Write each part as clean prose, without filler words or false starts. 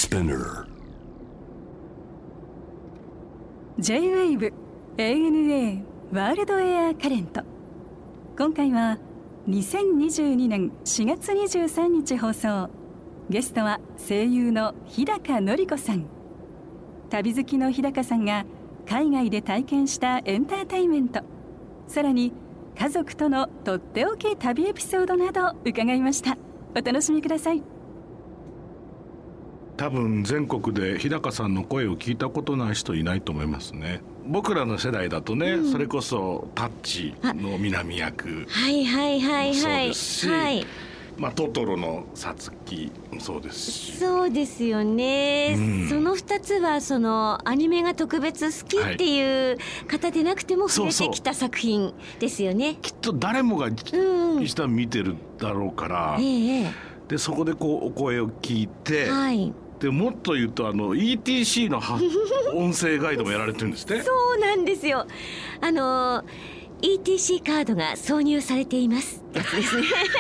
Spinner J-WAVE ANA ワールドエアカレント。今回は2022年4月23日放送。ゲストは声優の日高のり子さん。旅好きの日高さんが海外で体験したエンターテインメント、さらに家族とのとっておき旅エピソードなど伺いました。お楽しみください。 多分全国で日高さんの声を聞いたことない人いないと思いますね。僕らの世代だとね、それこそタッチの南役もそうですし、トトロのさつきもそうですし。 そうですよね、その2つはそのアニメが特別好きっていう方でなくても触れてきた作品ですよね。 きっと誰もが一度見てるだろうから、でそこでこうお声を聞いて、でもっと言うとETC の音声ガイドもやられてるんですね。 そうなんですよ。ETC カードが挿入されていますやつですね。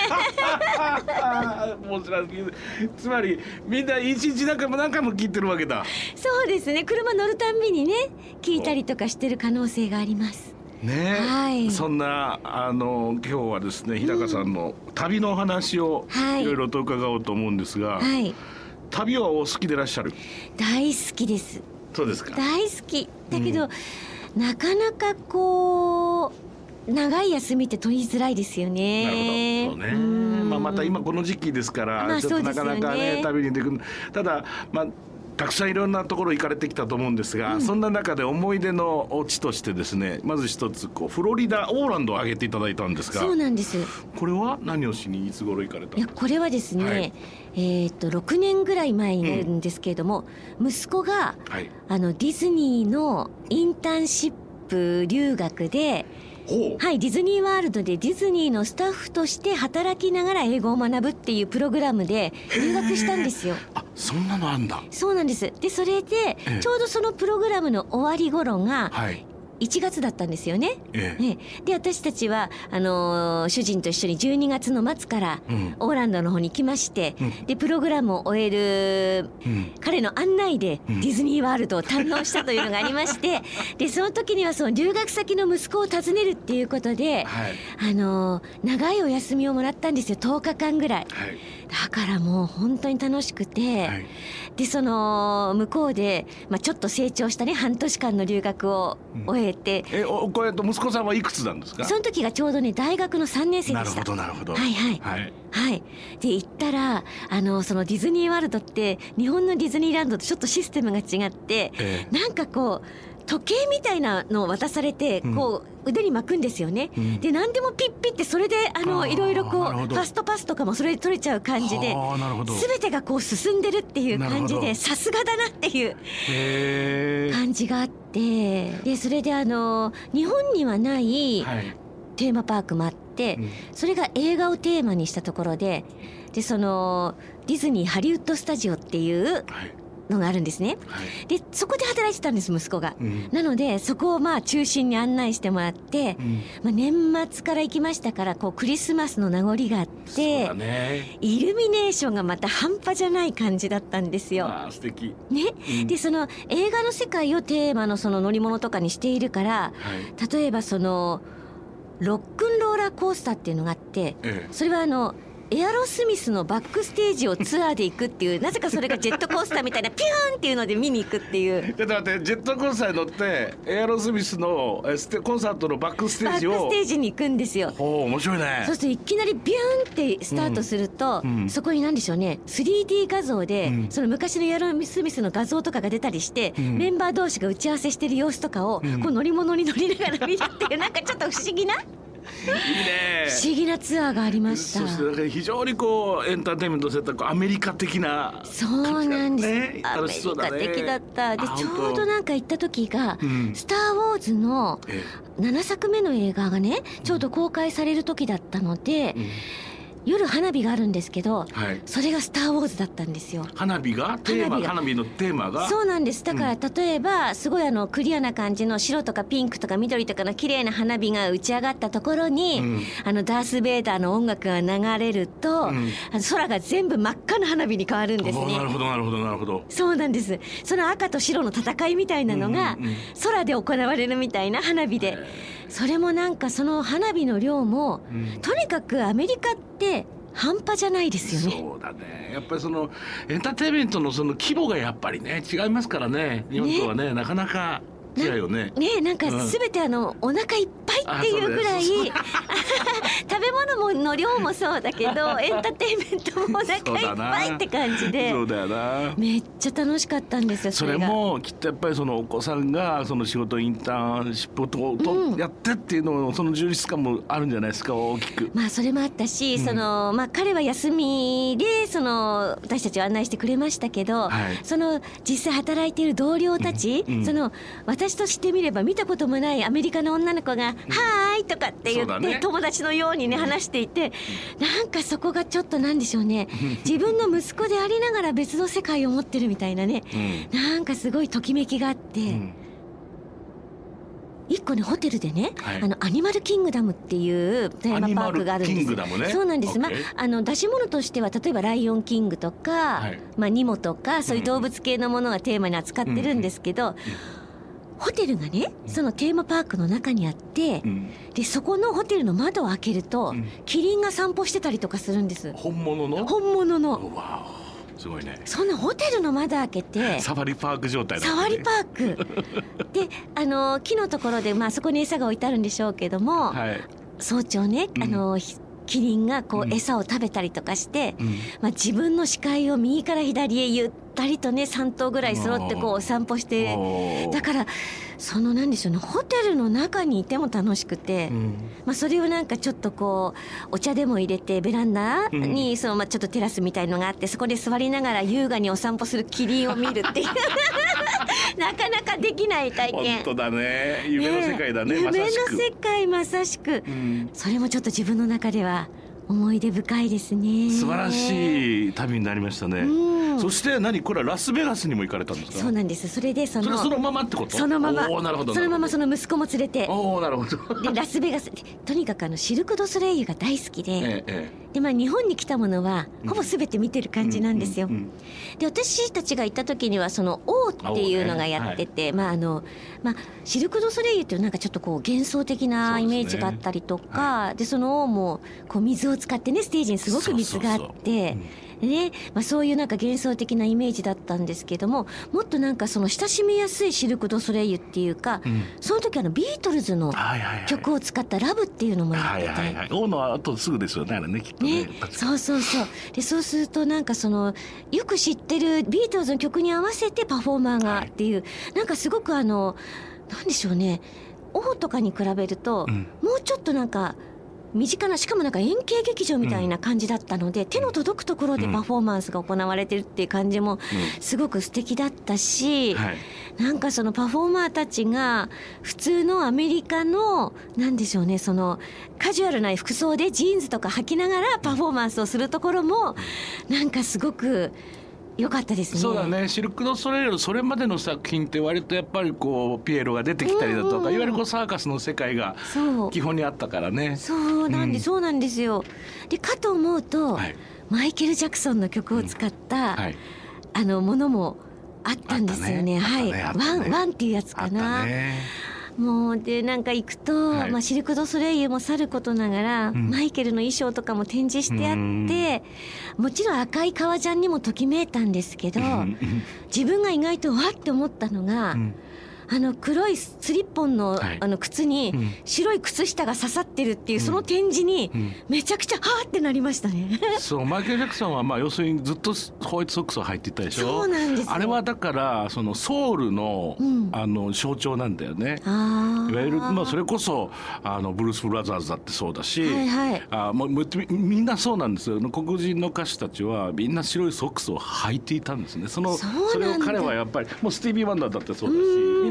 もちろん、つまりみんな一日何回も聞いてるわけだ。 そうですね。車乗るたんびにね聞いたりとかしてる可能性がありますね。 そんな今日はですね、日高さんの旅のお話をいろいろと伺おうと思うんですが、旅はお好きでいらっしゃる？ 大好きです。 そうですか。 大好きだけど、なかなかこう長い休みって取りづらいですよね。 なるほど。そうね。また今この時期ですから、ちょっとなかなかね旅に出てくる。ただたくさんいろんなところ行かれてきたと思うんですが、そんな中で思い出の地としてですね、まず一つフロリダオーランドを挙げていただいたんですが。 そうなんです。 これは何をしにいつ頃行かれたんですか？ これはですね、6年ぐらい前になるんですけれども、息子が、ディズニーのインターンシップ留学で、ディズニーワールドでディズニーのスタッフとして働きながら英語を学ぶっていうプログラムで留学したんですよ。 そんなのあんだ。 そうなんです。でそれで、ちょうどそのプログラムの終わり頃が、1月だったんですよね。で私たちは主人と一緒に12月の末からオーランドの方に行きまして、でプログラムを終える、彼の案内でディズニーワールドを堪能したというのがありまして、でその時にはその留学先の息子を訪ねるっていうことで、長いお休みをもらったんですよ。10日間ぐらい。だからもう本当に楽しくて、でその向こうで、ちょっと成長したね半年間の留学を終えて、 これ息子さんはいくつなんですか？ その時がちょうどね大学の3年生でした。 なるほど。 で行ったらそのディズニーワールドって日本のディズニーランドとちょっとシステムが違って、なんかこう時計みたいなのを渡されて、こう腕に巻くんですよね。で何でもピッピッってそれでいろいろこうファストパスとかもそれで取れちゃう感じで、全てがこう進んでるっていう感じで、さすがだなっていう感じがあって、でそれで日本にはないテーマパークもあって、それが映画をテーマにしたところで、そのディズニーハリウッドスタジオっていうのがあるんですね。でそこで働いてたんです息子が。なのでそこを中心に案内してもらって、年末から行きましたから、こうクリスマスの名残があって、イルミネーションがまた半端じゃない感じだったんですよ。 素敵ね。でその映画の世界をテーマのその乗り物とかにしているから、例えばそのロックンローラーコースターっていうのがあって、それはエアロスミスのバックステージをツアーで行くっていう、なぜかそれがジェットコースターみたいなピューンっていうので見に行くっていう。 ちょっと待って、ジェットコースターに乗ってエアロスミスのコンサートのバックステージに行くんですよ。 面白いね。 そうするといきなりビューンってスタートすると、そこに何でしょうね、 3D 画像で、その昔のエアロスミスの画像とかが出たりして、メンバー同士が打ち合わせしてる様子とかを、こう乗り物に乗りながら見るっていう、なんかちょっと不思議ないいね、 不思議なツアーがありました。 そして非常にこうエンターテインメント性とアメリカ的な感じだね。 そうなんです、アメリカ的だった。でちょうどなんか行った時が、スター・ウォーズの7作目の映画がねちょうど公開される時だったので、 夜花火があるんですけど、 はい、 それがスターウォーズだったんですよ。 花火のテーマがそうなんです。だから例えばすごいクリアな感じの白とかピンクとか緑とかの綺麗な花火が打ち上がったところに、ダース・ベイダーの音楽が流れると、空が全部真っ赤な花火に変わるんですね。 なるほどなるほどなるほど。 そうなんです。その赤と白の戦いみたいなのが空で行われるみたいな花火で、それもなんかその花火の量も、とにかくアメリカって半端じゃないですよね。 そうだね。やっぱりそのエンターテインメントのその規模がやっぱりね違いますからね。日本とはねなかなか違うよね。 なんか全てお腹いっぱいっていうぐらい、食べ物の量もそうだけどエンターテインメントもお腹いっぱいって感じで、 そうだよな。 めっちゃ楽しかったんですよ。 それもきっとやっぱりそのお子さんがその仕事インターンシップとやってっていうのをその充実感もあるんじゃないですか、大きく。 まあそれもあったし、彼は休みで私たちを案内してくれましたけど、その実際働いている同僚たち、私としてみれば見たこともないアメリカの女の子が「はーい」とかって言って、友達のようにね話していて、なんかそこがちょっとなんでしょうね、自分の息子でありながら別の世界を持ってるみたいなね、なんかすごいときめきがあって、一個ねホテルでね、アニマルキングダムっていうテーマパークがあるんですよ。そうなんです。出し物としては例えばライオンキングとか、ニモとかそういう動物系のものがテーマに扱ってるんですけど、ホテルがねそのテーマパークの中にあって、でそこのホテルの窓を開けると、キリンが散歩してたりとかするんです。 本物のわお、すごいね。 そんなホテルの窓開けてサファリパーク状態だ、 サファリパークで木のところで、そこに餌が置いてあるんでしょうけども、早朝ねキリンがこう餌を食べたりとかして、自分の視界を右から左へゆったりとね3頭ぐらい揃ってこうお散歩して、だからなんでしょうね、ホテルの中にいても楽しくて、それをなんかちょっとこうお茶でも入れてベランダにちょっとテラスみたいのがあって、そこで座りながら優雅にお散歩するキリンを見るっていうなかなかできない体験。 本当だね、夢の世界だね、 夢の世界まさしく、それもちょっと自分の中では思い出深いですね。 素晴らしい旅になりましたね。そしてこれはラスベガスにも行かれたんですか？ そうなんです。それでそのままってこと？ そのまま。 なるほど。 そのままその息子も連れて。 なるほど。 でラスベガスとにかくシルク・ドゥ・ソレイユが大好きで、で日本に来たものはほぼ全て見てる感じなんですよ。で私たちが行った時にはその王っていうのがやってて、シルク・ドゥ・ソレイユっていうなんかちょっとこう幻想的なイメージがあったりとか、でその王もこう水を使ってねステージにすごく水があって。ね、そういうなんか幻想的なイメージだったんですけども、もっとなんかその親しみやすいシルク・ドゥ・ソレイユっていうか、その時ビートルズの曲を使ったラブっていうのもやってて、 王の後すぐですよね、あれね、きっとね。 そうでそうするとなんかよく知ってるビートルズの曲に合わせてパフォーマーがっていう、なんかすごくなんでしょうね、王とかに比べると、もうちょっとなんか身近な、しかもなんか円形劇場みたいな感じだったので、手の届くところでパフォーマンスが行われてるっていう感じもすごく素敵だったし、なんかそのパフォーマーたちが普通のアメリカのなんでしょうね、カジュアルな服装でジーンズとか履きながらパフォーマンスをするところもなんかすごく良かったですね。 そうだね、シルク・ドゥ・ソレイユのそれまでの作品って割とやっぱりこうピエロが出てきたりだとか、いわゆるこうサーカスの世界が基本にあったからね。そうなんですよ。でかと思うと、マイケル・ジャクソンの曲を使った、ものもあったんですよね。ワンっていうやつかな。もうでなんか行くと、シルク・ドゥ・ソレイユもさることながら、マイケルの衣装とかも展示してあって、もちろん赤い革ジャンにもときめいたんですけど、自分が意外とわって思ったのが、黒いスリッポンの、靴に白い靴下が刺さってるっていう、その展示にめちゃくちゃはーってなりましたね。 そう、マイケル・ジャクソンは要するにずっとホワイトソックスを履いていたでしょ。 そうなんですよ。 あれはだからソウルの、象徴なんだよね。いわゆるそれこそブルース・ブラザーズだってそうだし、みんなそうなんですよ。黒人の歌手たちはみんな白いソックスを履いていたんですね。それを彼はやっぱりもうスティービー・ワンダーだってそうだし、みんな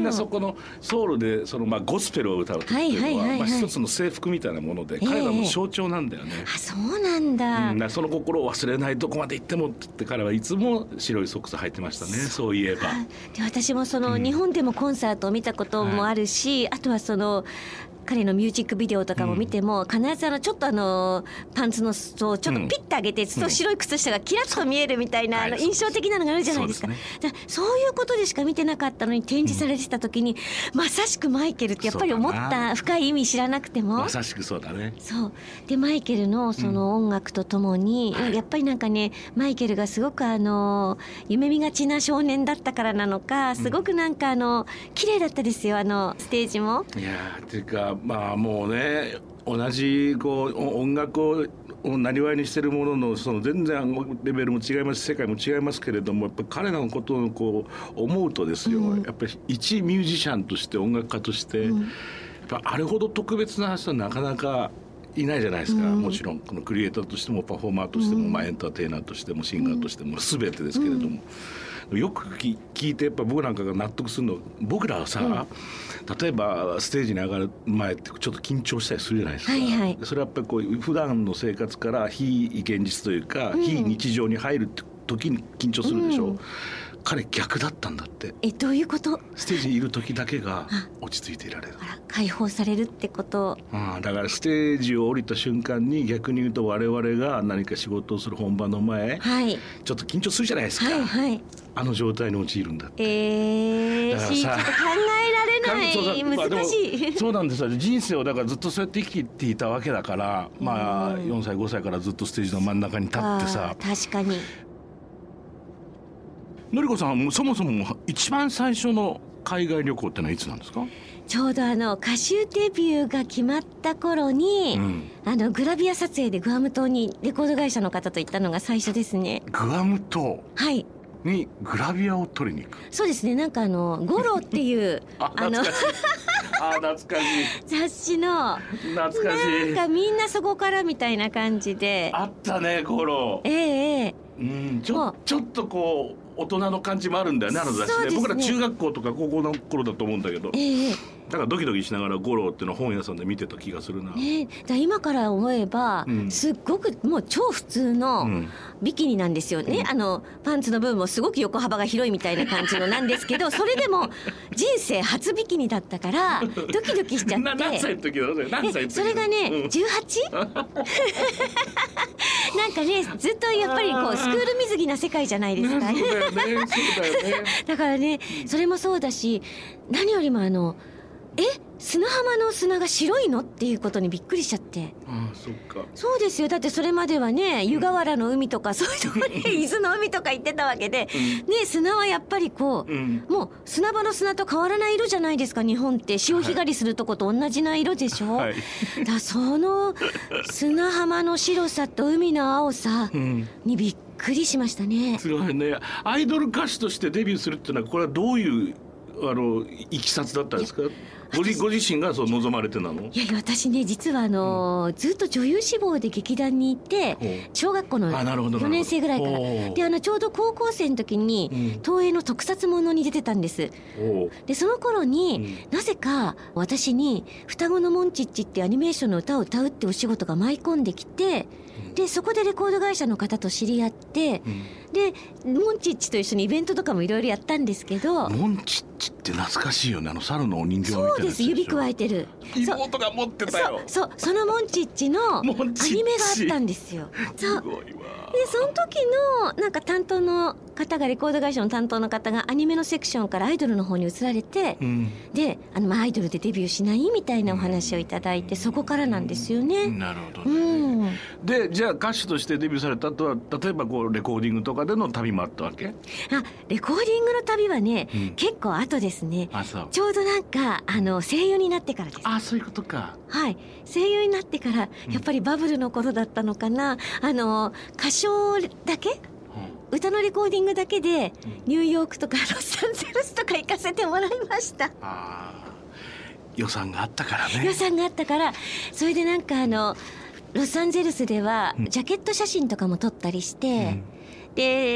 なそこのソウルでゴスペルを歌うっていうのは一つの制服みたいなもので、彼らの象徴なんだよね。 あ、そうなんだ。 その心を忘れない、どこまで行ってもって彼はいつも白いソックス履いてましたね。そういえばで、私も日本でもコンサートを見たこともあるし、あとは彼のミュージックビデオとかも見ても、必ずちょっとパンツの裾をちょっとピッと上げて、そう白い靴下がキラッと見えるみたいな、印象的なのがあるじゃないですか。そういうことでしか見てなかったのに展示されてた時に、まさしくマイケルってやっぱり思った。深い意味知らなくてもまさしくそうだね。 そうで、マイケルの音楽とともに、やっぱりなんかね、マイケルがすごく夢見がちな少年だったからなのか、すごくなんか綺麗だったですよ、ステージも。 いやっていうか、もうね、同じ音楽をなりわいにしてるものの、全然レベルも違います、世界も違いますけれども、やっぱり彼らのことを思うとですよ、やっぱり一ミュージシャンとして、音楽家として、やっぱあれほど特別な人はなかなかいないじゃないですか。もちろんこのクリエイターとしてもパフォーマーとしても、エンターテイナーとしてもシンガーとしても全てですけれども、よく聞いてやっぱ僕なんかが納得するの、僕らはさ、例えばステージに上がる前ってちょっと緊張したりするじゃないですか、それはやっぱり普段の生活から非現実というか、非日常に入る時に緊張するでしょ。彼逆だったんだって。 どういうこと？ ステージにいる時だけが落ち着いていられる。 解放されるってこと。 だからステージを降りた瞬間に、逆に言うと我々が何か仕事をする本番の前、ちょっと緊張するじゃないですか、あの状態に陥るんだって。 だからさ、ちょっと考えられない、難しい。 そうなんですよ。人生をだからずっとそうやって生きていたわけだから、4歳5歳からずっとステージの真ん中に立ってさ。 確かに。 のりこさん、そもそも一番最初の海外旅行ってのはいつなんですか？ ちょうど歌手デビューが決まった頃に、グラビア撮影でグアム島にレコード会社の方と行ったのが最初ですね。 グアム島にグラビアを撮りに行く。 そうですね。なんかゴロっていう懐かしい懐かしい雑誌の、 懐かしい、 なんかみんなそこからみたいな感じであったね、ゴロ。ちょっと大人の感じもあるんだよね、あの雑誌ね。僕ら中学校とか高校の頃だと思うんだけど、だからドキドキしながらゴロっていうのを本屋さんで見てた気がするな。 今から思えば、すっごくもう超普通のビキニなんですよね。パンツの部分もすごく横幅が広いみたいな感じのなんですけど、それでも人生初ビキニだったからドキドキしちゃって。 何歳の時だろうね。 それがね、18？ なんかね、ずっとやっぱりスクール水着な世界じゃないですか。だからね、それもそうだし、何よりも砂浜の砂が白いのっていうことにびっくりしちゃって。 そっか。 そうですよ。だってそれまではね、湯河原の海とかそういうところに伊豆の海とか行ってたわけで、砂はやっぱりもう砂場の砂と変わらない色じゃないですか。日本って潮干狩りするとこと同じな色でしょ。その砂浜の白さと海の青さにびっくりしましたね。 すごいね。アイドル歌手としてデビューするっていうのは、これはどういういきさつだったんですか？ご自身がそう望まれてなの？いや私ね、実はずっと女優志望で劇団にいて、小学校の4年生ぐらいからで、ちょうど高校生の時に東映の特撮ものに出てたんです。でその頃に、なぜか私に双子のモンチッチってアニメーションの歌を歌うってお仕事が舞い込んできて、でそこでレコード会社の方と知り合って、でモンチッチと一緒にイベントとかもいろいろやったんですけど。 モンチッチって懐かしいよね。猿のお人形みたいなやつでしょ。 そうです、指くわえてる妹が持ってたよ。 そのモンチッチのアニメがあったんですよ。 すごいわ。 でその時のなんか担当の方が、レコード会社の担当の方がアニメのセクションからアイドルの方に移られて、でアイドルでデビューしないみたいなお話をいただいて、そこからなんですよね。 なるほどね。でじゃあ歌手としてデビューされた後は、例えばレコーディングとかでの旅もあったわけ？ レコーディングの旅はね、結構後ですね。ちょうどなんか声優になってからです。 そういうことか。 はい、声優になってからやっぱりバブルの頃だったのかな。歌唱だけ、歌のレコーディングだけでニューヨークとかロサンゼルスとか行かせてもらいました。 予算があったからね。 予算があったから。それでなんかロサンゼルスではジャケット写真とかも撮ったりして、で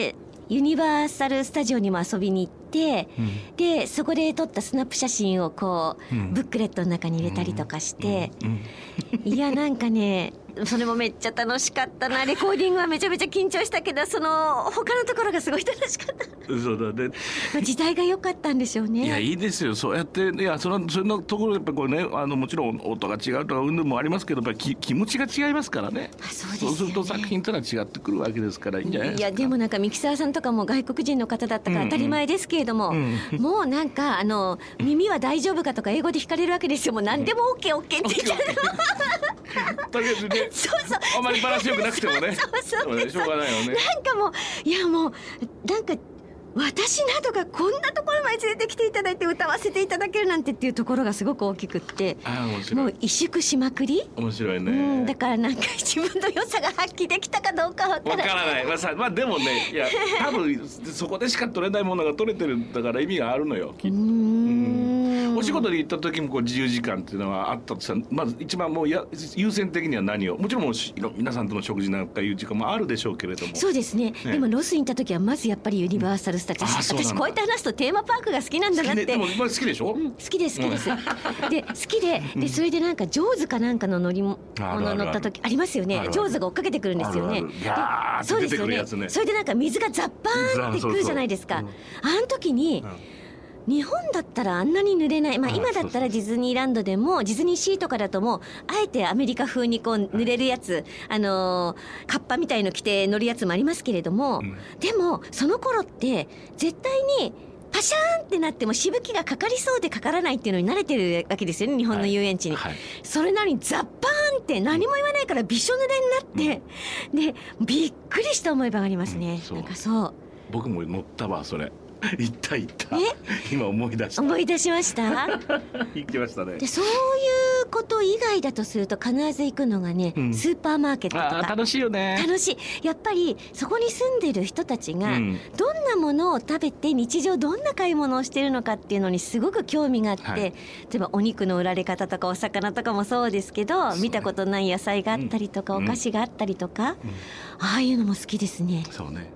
ユニバーサル・スタジオにも遊びに行って、でそこで撮ったスナップ写真をこう、ブックレットの中に入れたりとかして、いやなんかねそれもめっちゃ楽しかったな。レコーディングはめちゃめちゃ緊張したけど、その他のところがすごい楽しかった。 そうだね。 時代が良かったんでしょうね。 いやいいですよ、そうやって。いやそのところやっぱこうね、もちろん音が違うとか云々もありますけど、やっぱり気持ちが違いますからね。 そうですよね。 そうすると作品というのは違ってくるわけですから、いいんじゃないですか。 いやでもなんかミキサーさんとかも外国人の方だったから当たり前ですけれども、もうなんか耳は大丈夫かとか英語で聞かれるわけですよ。もう何でも OK って言っちゃう。 だけどね、 そうそう、 あまりバランスよくなくてもね、 そうしょうがないよね。 なんかもういやもうなんか私などがこんなところまで連れてきていただいて歌わせていただけるなんてっていうところがすごく大きくって、もう萎縮しまくり。 面白いね。 だからなんか自分の良さが発揮できたかどうかわからない。 まあでもね、いや多分そこでしか取れないものが取れてるんだから意味があるのよ。お仕事で行った時もこう自由時間っていうのはあったとしたら、まず一番もう優先的には何を、もちろん皆さんとの食事なんかいう時間もあるでしょうけれども。 そうですね。でもロスに行った時はまずやっぱりユニバーサルスタジオ、私こうやって話すとテーマパークが好きなんだなって。 でも好きでしょ。 好きです。で好きでそれでなんかジョーズかなんかの乗り物乗った時ありますよね。ジョーズが追っかけてくるんですよね。そうですよね。それでなんか水がザッパーンってくるじゃないですか。あの時に日本だったらあんなに濡れない、今だったらディズニーランドでもディズニーシーとかだともあえてアメリカ風にこう濡れるやつ、カッパみたいの着て乗るやつもありますけれども、でもその頃って絶対にパシャーンってなってもしぶきがかかりそうでかからないっていうのに慣れてるわけですよね、日本の遊園地に。それなのにザッパーンって何も言わないからびしょ濡れになって、でびっくりした思い出がありますね。なんかそう僕も乗ったわそれ。行った今思い出しました行きましたね。 でそういうこと以外だとすると必ず行くのがね、スーパーマーケットとか。 楽しいよね。 楽しい。やっぱりそこに住んでる人たちがどんなものを食べて日常どんな買い物をしてるのかっていうのにすごく興味があって、例えばお肉の売られ方とかお魚とかもそうですけど、見たことない野菜があったりとか、お菓子があったりとか、ああいうのも好きですね。 そうね。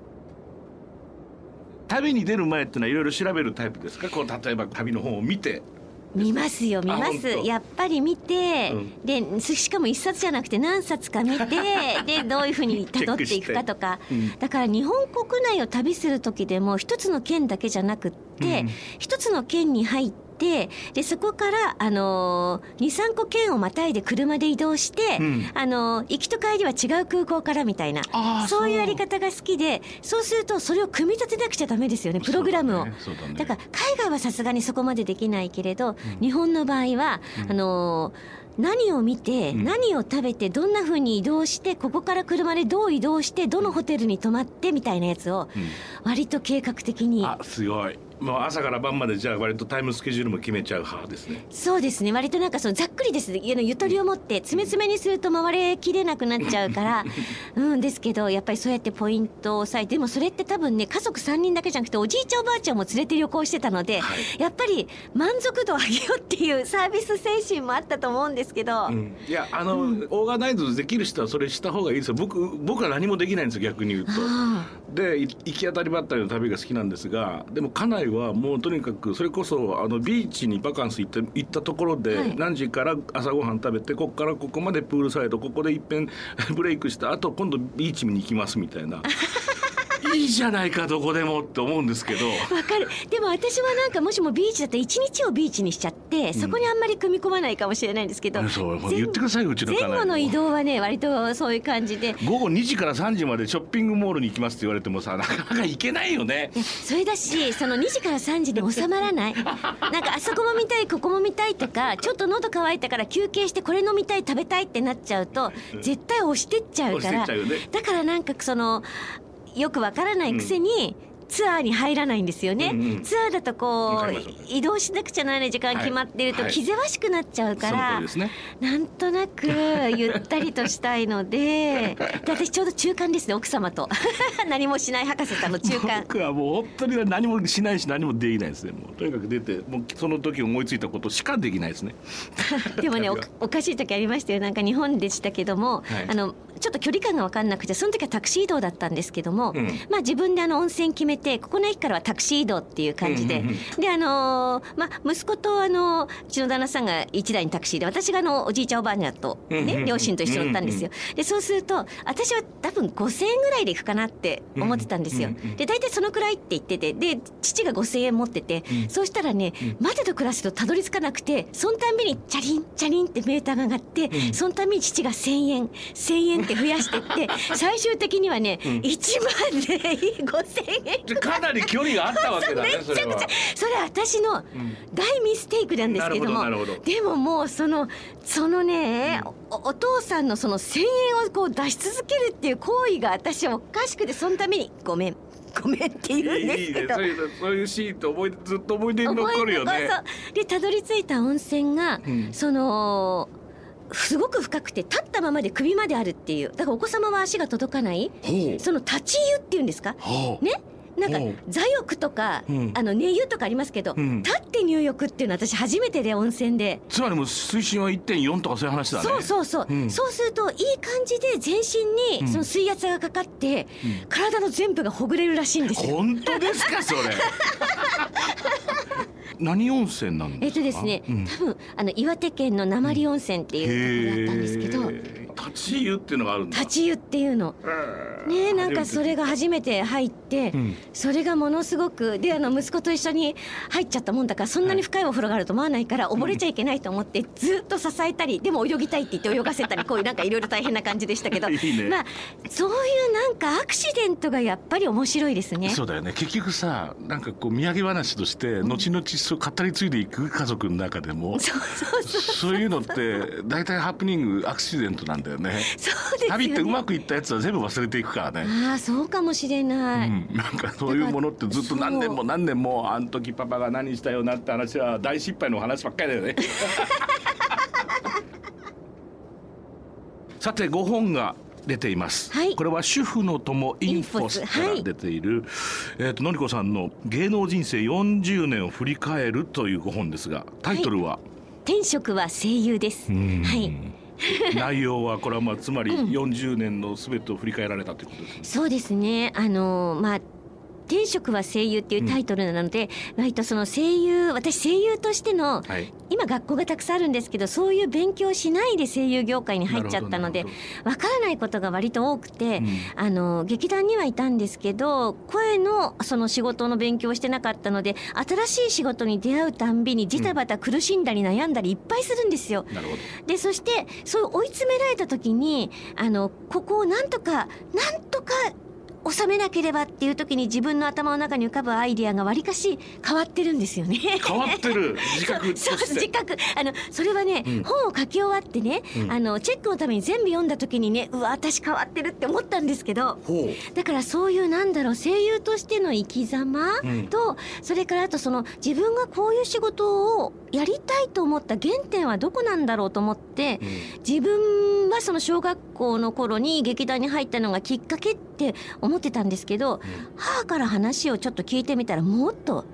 旅に出る前ってのはいろいろ調べるタイプですか。こう例えば旅の本を見て。 見ますやっぱり見て、でしかも一冊じゃなくて何冊か見てでどういうふうに辿っていくかとか、だから日本国内を旅する時でも一つの県だけじゃなくって、一つの県に入ってでそこから2、3個県をまたいで車で移動して、行きと帰りは違う空港からみたいな、そういうやり方が好きで、そうするとそれを組み立てなくちゃダメですよね、プログラムを。だから海外はさすがにそこまでできないけれど、日本の場合は何を見て、何を食べて、どんな風に移動して、ここから車でどう移動して、どのホテルに泊まってみたいなやつを割と計画的に。 すごい。もう朝から晩までじゃあ割とタイムスケジュールも決めちゃう派ですね。 そうですね。割となんかそのざっくりですね。ゆとりを持って詰め詰めにすると回れきれなくなっちゃうからですけど、やっぱりそうやってポイントを押さえて、でもそれって多分ね、家族3人だけじゃなくておじいちゃんおばあちゃんも連れて旅行してたので、やっぱり満足度を上げようっていうサービス精神もあったと思うんですけど、 いやオーガナイズできる人はそれした方がいいですよ。僕は何もできないんですよ、逆に言うと。で行き当たりばったりの旅が好きなんですが、でも家内はもうとにかくそれこそビーチにバカンス行ったところで、何時から朝ごはん食べて、ここからここまでプールサイド、ここでいっぺんブレイクした後今度ビーチ見に行きますみたいないいじゃないかどこでもって思うんですけど。 わかる。でも私はなんかもしもビーチだったら一日をビーチにしちゃって、そこにあんまり組み込まないかもしれないんですけど、 そう言ってくださいよ、うちの家内。 前後の移動はね割とそういう感じで、 午後2時から3時までショッピングモールに行きますって言われてもさ、なかなか行けないよね。 それだし、その2時から3時で収まらないなんかあそこも見たいここも見たいとか、ちょっと喉乾いたから休憩してこれ飲みたい食べたいってなっちゃうと絶対押してっちゃうから、だからなんかよくわからないくせにツアーに入らないんですよね。ツアーだとこう移動しなくちゃならない時間決まってると気ぜわしくなっちゃうから、なんとなくゆったりとしたいので私ちょうど中間ですね、奥様と何もしない博士さんの中間。 僕はもう本当に何もしないし何もできないですね。もうとにかく出て、もうその時思いついたことしかできないですねでもねおかしい時ありましたよ。なんか日本でしたけども、ちょっと距離感が分かんなくて、その時はタクシー移動だったんですけども、自分で温泉決めめて、ここの駅からはタクシー移動っていう感じで、で息子とうちの旦那さんが1台にタクシーで、私がおじいちゃんおばあちゃんとね、両親と一緒に乗ったんですよ。でそうすると私は多分5,000円ぐらいで行くかなって思ってたんですよ。で大体そのくらいって言ってて、で父が5,000円持ってて、そうしたらね、待てど暮らせとたどり着かなくて、そのたんびにチャリンチャリンってメーターが上がって、そのたんびに父が1,000円って増やしてって最終的にはね、1万で5,000円。 かなり距離があったわけだね。 それは私の大ミステイクなんですけども、でももうそのね、お父さんのその1,000円をこう出し続けるっていう行為が私おかしくて、そのためにごめんって言うんですけど、 そういうシーンってずっと思い出に残るよね。 でたどり着いた温泉が、すごく深くて、立ったままで首まであるっていう、だからお子様は足が届かない、その立ち湯っていうんですかね。なんか座浴とか、寝湯とかありますけど、立って入浴っていうのは私初めてで、温泉で。 つまりもう水深は 1.4 とかそういう話だね。 そう、そうするといい感じで全身にその水圧がかかって、体の全部がほぐれるらしいんですよ。 本当ですかそれ何温泉なんですか？ ですね、多分岩手県の鉛温泉っていうところだったんですけど、 立ち湯っていうのがあるんだ。 立ち湯っていうのね、なんかそれが初めて入って、それがものすごくで、息子と一緒に入っちゃったもんだから、そんなに深いお風呂があると思わないから溺れちゃいけないと思って、ずっと支えたり、でも泳ぎたいって言って泳がせたり、こういうなんかいろいろ大変な感じでしたけどいいね。 そういうなんかアクシデントがやっぱり面白いですね。 そうだよね。結局さ、なんかこう土産話として後々そう語り継いでいく家族の中でも、そういうのって大体ハプニング、アクシデントなんだよね。 そうですよね。 旅ってうまくいったやつは全部忘れていくからね。 そうかもしれない、 なんかそういうものってずっと何年もあの時パパが何したよなって話は大失敗の話ばっかりだよねさて5本が出ています、これは主婦の友インフォスから出ている、のりこさんの芸能人生40年を振り返るという5本ですが、タイトルは、 転職は声優です。 内容はこれはつまり40年の全てを振り返られたということですね。 そうですね。転職は声優っていうタイトルなので、割とその私声優としての、今学校がたくさんあるんですけど、そういう勉強しないで声優業界に入っちゃったので、わからないことが割と多くて、劇団にはいたんですけど、声のその仕事の勉強をしてなかったので、新しい仕事に出会うたんびにジタバタ苦しんだり悩んだりいっぱいするんですよ。でそしてそういう追い詰められた時に、ここをなんとか収めなければっていう時に、自分の頭の中に浮かぶアイディアがわりかし変わってるんですよね。 変わってる自覚として。 自覚。それはね、本を書き終わってね、チェックのために全部読んだ時にね、私変わってるって思ったんですけど、だからそういう声優としての生き様と、それからあと自分がこういう仕事をやりたいと思った原点はどこなんだろうと思って、自分はその小学校の頃に劇団に入ったのがきっかけって思ってたんですけど、母から話をちょっと聞いてみたら、もっと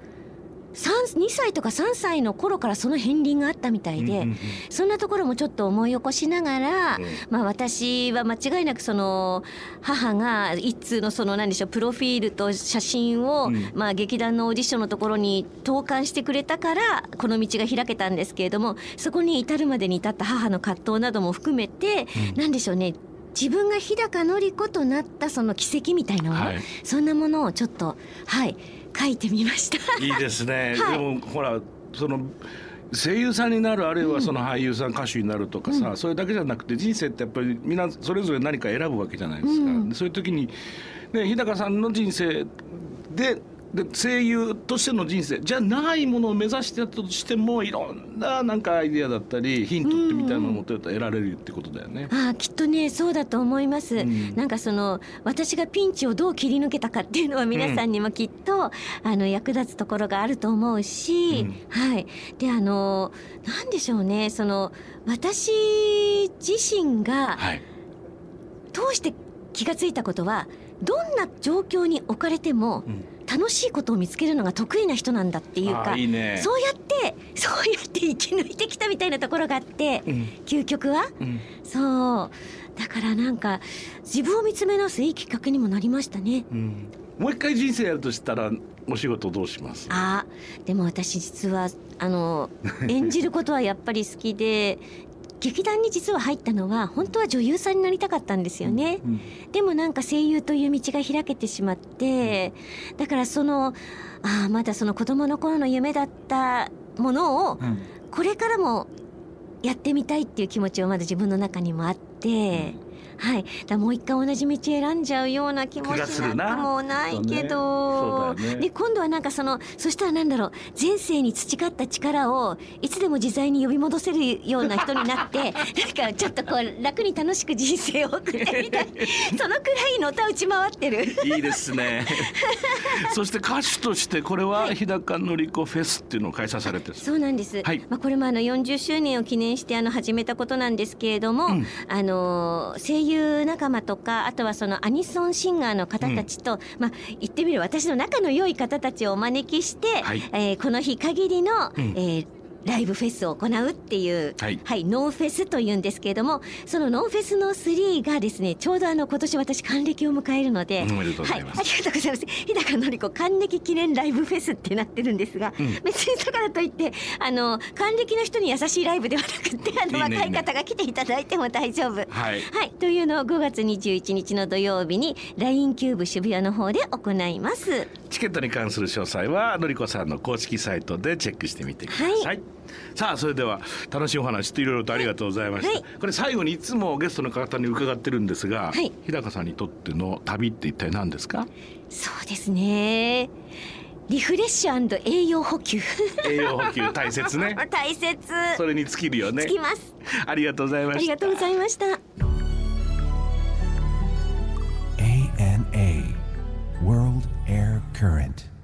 2歳とか3歳の頃からその片鱗があったみたいで、そんなところもちょっと思い起こしながら、私は間違いなく母が一通の何でしょう、プロフィールと写真を、劇団のオーディションのところに投函してくれたからこの道が開けたんですけれども、そこに至るまでに至った母の葛藤なども含めて、なんでしょうね、自分が日高のり子となったその奇跡みたいなもの、そんなものをちょっと書いてみました。 いいですね、でもほら声優さんになる、あるいは俳優さん、歌手になるとかさ、それだけじゃなくて、人生ってやっぱりみんなそれぞれ何か選ぶわけじゃないですか、そういう時に、日高さんの人生で声優としての人生じゃないものを目指してたとしても、いろんななんかアイディアだったりヒントってみたいなのを得られるってことだよね。 きっとね、そうだと思います、なんか私がピンチをどう切り抜けたかっていうのは皆さんにもきっと、役立つところがあると思うし、でなんでしょうね、私自身が通して気がついたことは、どんな状況に置かれても、楽しいことを見つけるのが得意な人なんだっていうか、そうやって生き抜いてきたみたいなところがあって、究極は、そうだからなんか自分を見つめ直すいいきっかけにもなりましたね。 もう一回人生やるとしたらお仕事どうします？ でも私実は演じることはやっぱり好きで劇団に実は入ったのは本当は女優さんになりたかったんですよね、でもなんか声優という道が開けてしまって、だからまだその子供の頃の夢だったものをこれからもやってみたいっていう気持ちはまだ自分の中にもあって、だもう一回同じ道選んじゃうような気もしなくもないけど、で今度はなんかそしたら前世に培った力をいつでも自在に呼び戻せるような人になってなんかちょっと楽に楽しく人生を送ってみたいそのくらいのた打ち回ってるいいですねそして歌手としてこれは日高のり子フェスっていうのを開催されてる。 そうなんです、これも40周年を記念して始めたことなんですけれども、声優仲間とかあとはそのアニソンシンガーの方たちと、言ってみれば私の仲の良い方たちをお招きして、この日限りの、ライブフェスを行うっていう、ノーフェスというんですけれども、そのノーフェスの3がですねちょうど今年私還暦を迎えるので、 おめでとうございます、 ありがとうございます。日高のり子還暦記念ライブフェスってなってるんですが、別にだからといって還暦の人に優しいライブではなくて若い方が来ていただいても大丈夫、というのを5月21日の土曜日に LINE キューブ渋谷の方で行います。 チケットに関する詳細はのりこさんの公式サイトでチェックしてみてください、さあそれでは楽しいお話いろいろとありがとうございました、これ最後にいつもゲストの方に伺ってるんですが、日高さんにとっての旅って一体何ですか？ そうですね、リフレッシュ&栄養補給栄養補給大切ね大切、 それに尽きるよね。 尽きます。 ありがとうございました。 ありがとうございました。 ANA World Air Current